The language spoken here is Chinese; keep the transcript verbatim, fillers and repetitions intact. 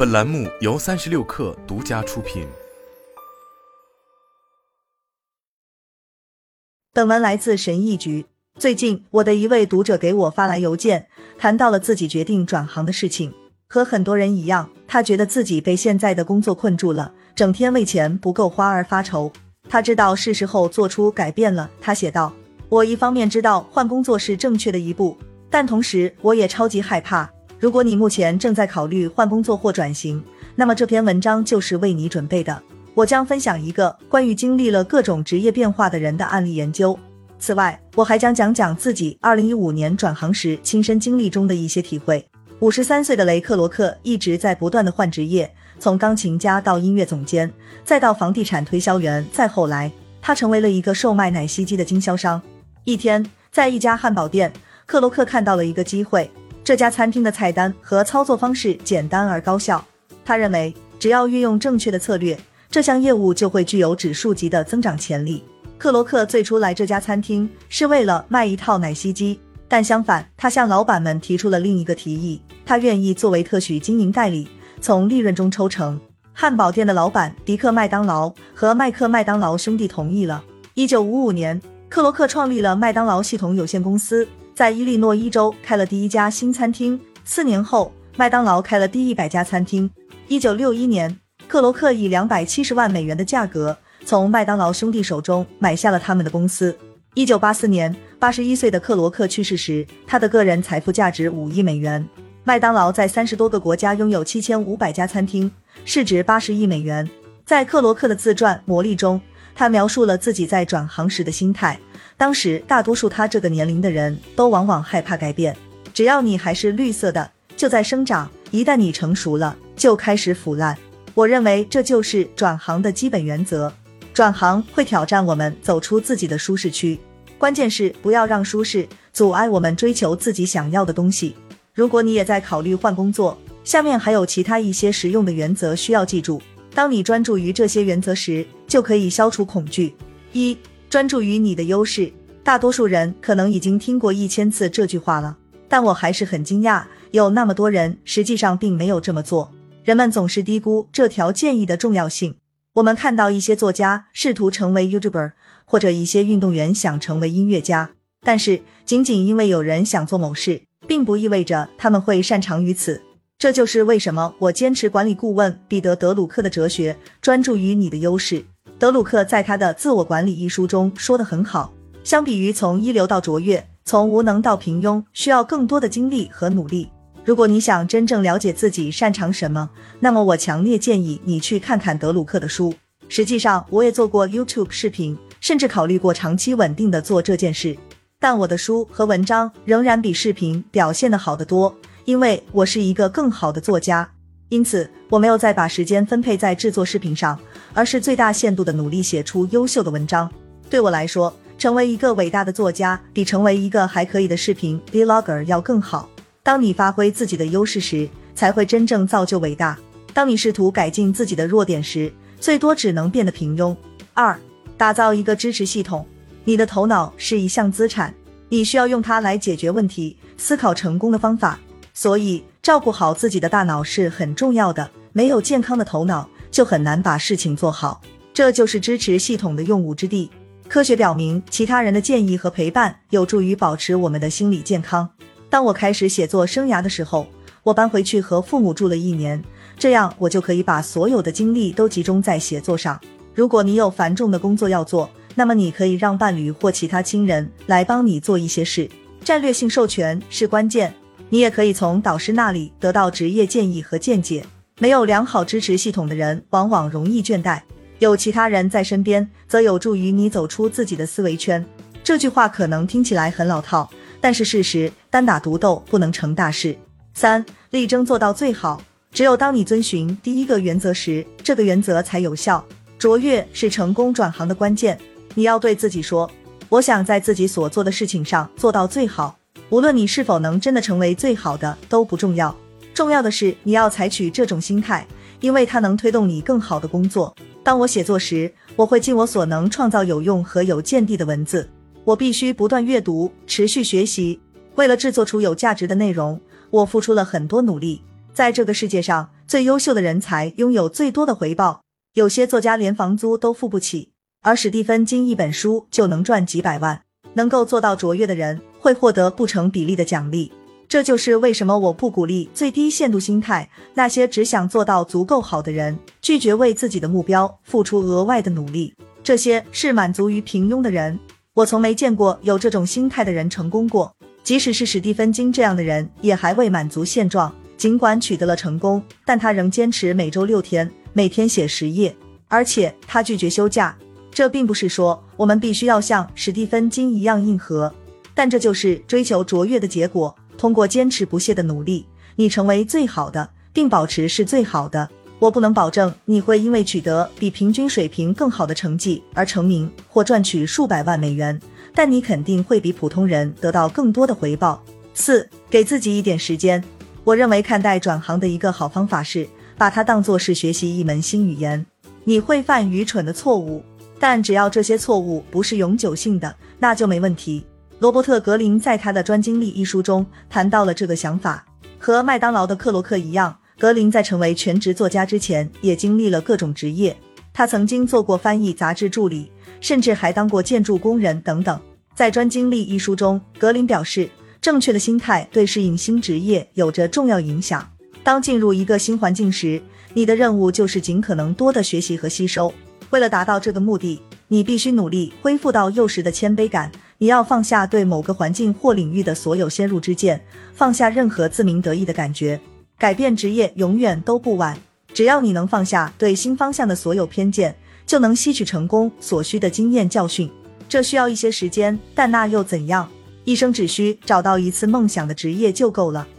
本栏目由三十六氪独家出品。 本文来自神医局。最近我的一位读者给我发来邮件，谈到了自己决定转行的事情。和很多人一样，他觉得自己被现在的工作困住了，整天为钱不够花而发愁。他知道是时候做出改变了。他写道，我一方面知道换工作是正确的一步，但同时我也超级害怕。如果你目前正在考虑换工作或转型，那么这篇文章就是为你准备的。我将分享一个关于经历了各种职业变化的人的案例研究。此外，我还将讲讲自己二零一五年转行时亲身经历中的一些体会。五十三岁的雷克罗克一直在不断的换职业，从钢琴家到音乐总监，再到房地产推销员，再后来他成为了一个售卖奶昔机的经销商。一天，在一家汉堡店，克罗克看到了一个机会。这家餐厅的菜单和操作方式简单而高效，他认为只要运用正确的策略，这项业务就会具有指数级的增长潜力。克罗克最初来这家餐厅是为了卖一套奶昔机，但相反，他向老板们提出了另一个提议，他愿意作为特许经营代理，从利润中抽成。汉堡店的老板迪克麦当劳和麦克麦当劳兄弟同意了。一九五五年，克罗克创立了麦当劳系统有限公司，在伊利诺伊州开了第一家新餐厅。四年后，麦当劳开了第一百家餐厅。一九六一年，克罗克以两百七十万美元的价格从麦当劳兄弟手中买下了他们的公司。一九八四年，八十一岁的克罗克去世时，他的个人财富价值五亿美元。麦当劳在三十多个国家拥有七千五百家餐厅，市值八十亿美元。在克罗克的自传《魔力》中，他描述了自己在转行时的心态。当时大多数他这个年龄的人都往往害怕改变，只要你还是绿色的，就在生长，一旦你成熟了，就开始腐烂。我认为这就是转行的基本原则。转行会挑战我们走出自己的舒适区，关键是不要让舒适阻碍我们追求自己想要的东西。如果你也在考虑换工作，下面还有其他一些实用的原则需要记住。当你专注于这些原则时，就可以消除恐惧。一、专注于你的优势。大多数人可能已经听过一千次这句话了，但我还是很惊讶，有那么多人实际上并没有这么做。人们总是低估这条建议的重要性。我们看到一些作家试图成为 YouTuber， 或者一些运动员想成为音乐家，但是仅仅因为有人想做某事，并不意味着他们会擅长于此。这就是为什么我坚持管理顾问彼得·德鲁克的哲学，专注于你的优势。德鲁克在他的《自我管理》一书中说得很好，相比于从一流到卓越，从无能到平庸需要更多的精力和努力。如果你想真正了解自己擅长什么，那么我强烈建议你去看看德鲁克的书。实际上，我也做过 YouTube 视频，甚至考虑过长期稳定的做这件事。但我的书和文章仍然比视频表现得好得多，因为我是一个更好的作家。因此，我没有再把时间分配在制作视频上，而是最大限度地努力写出优秀的文章。对我来说，成为一个伟大的作家比成为一个还可以的视频 vlogger 要更好。当你发挥自己的优势时，才会真正造就伟大。当你试图改进自己的弱点时，最多只能变得平庸。二、打造一个支持系统。你的头脑是一项资产，你需要用它来解决问题，思考成功的方法。所以，照顾好自己的大脑是很重要的。没有健康的头脑，就很难把事情做好。这就是支持系统的用武之地。科学表明，其他人的建议和陪伴有助于保持我们的心理健康。当我开始写作生涯的时候，我搬回去和父母住了一年，这样我就可以把所有的精力都集中在写作上。如果你有繁重的工作要做，那么你可以让伴侣或其他亲人来帮你做一些事。战略性授权是关键，你也可以从导师那里得到职业建议和见解。没有良好支持系统的人往往容易倦怠，有其他人在身边则有助于你走出自己的思维圈。这句话可能听起来很老套，但是事实，单打独斗不能成大事。三、力争做到最好。只有当你遵循第一个原则时，这个原则才有效。卓越是成功转行的关键。你要对自己说，我想在自己所做的事情上做到最好。无论你是否能真的成为最好的都不重要，重要的是你要采取这种心态，因为它能推动你更好的工作。当我写作时，我会尽我所能创造有用和有见地的文字。我必须不断阅读，持续学习。为了制作出有价值的内容，我付出了很多努力。在这个世界上， 最优秀的人才拥有最多的回报，有些作家连房租都付不起，而史蒂芬金一本书就能赚几百万。能够做到卓越的人会获得不成比例的奖励。这就是为什么我不鼓励最低限度心态，那些只想做到足够好的人，拒绝为自己的目标付出额外的努力。这些是满足于平庸的人，我从没见过有这种心态的人成功过。即使是史蒂芬金这样的人，也还未满足现状，尽管取得了成功，但他仍坚持每周六天，每天写十页，而且他拒绝休假。这并不是说我们必须要像史蒂芬金一样硬核，但这就是追求卓越的结果。通过坚持不懈的努力，你成为最好的，并保持是最好的。我不能保证你会因为取得比平均水平更好的成绩而成名或赚取数百万美元，但你肯定会比普通人得到更多的回报。四、给自己一点时间。我认为看待转行的一个好方法是把它当作是学习一门新语言。你会犯愚蠢的错误，但只要这些错误不是永久性的，那就没问题。罗伯特·格林在他的《专经历》一书中谈到了这个想法。和麦当劳的克罗克一样，格林在成为全职作家之前也经历了各种职业。他曾经做过翻译、杂志助理，甚至还当过建筑工人等等。在《专经历》一书中，格林表示，正确的心态对适应新职业有着重要影响。当进入一个新环境时，你的任务就是尽可能多的学习和吸收。为了达到这个目的，你必须努力恢复到幼时的谦卑感，你要放下对某个环境或领域的所有先入之见，放下任何自鸣得意的感觉。改变职业永远都不晚，只要你能放下对新方向的所有偏见，就能吸取成功所需的经验教训。这需要一些时间，但那又怎样？一生只需找到一次梦想的职业就够了。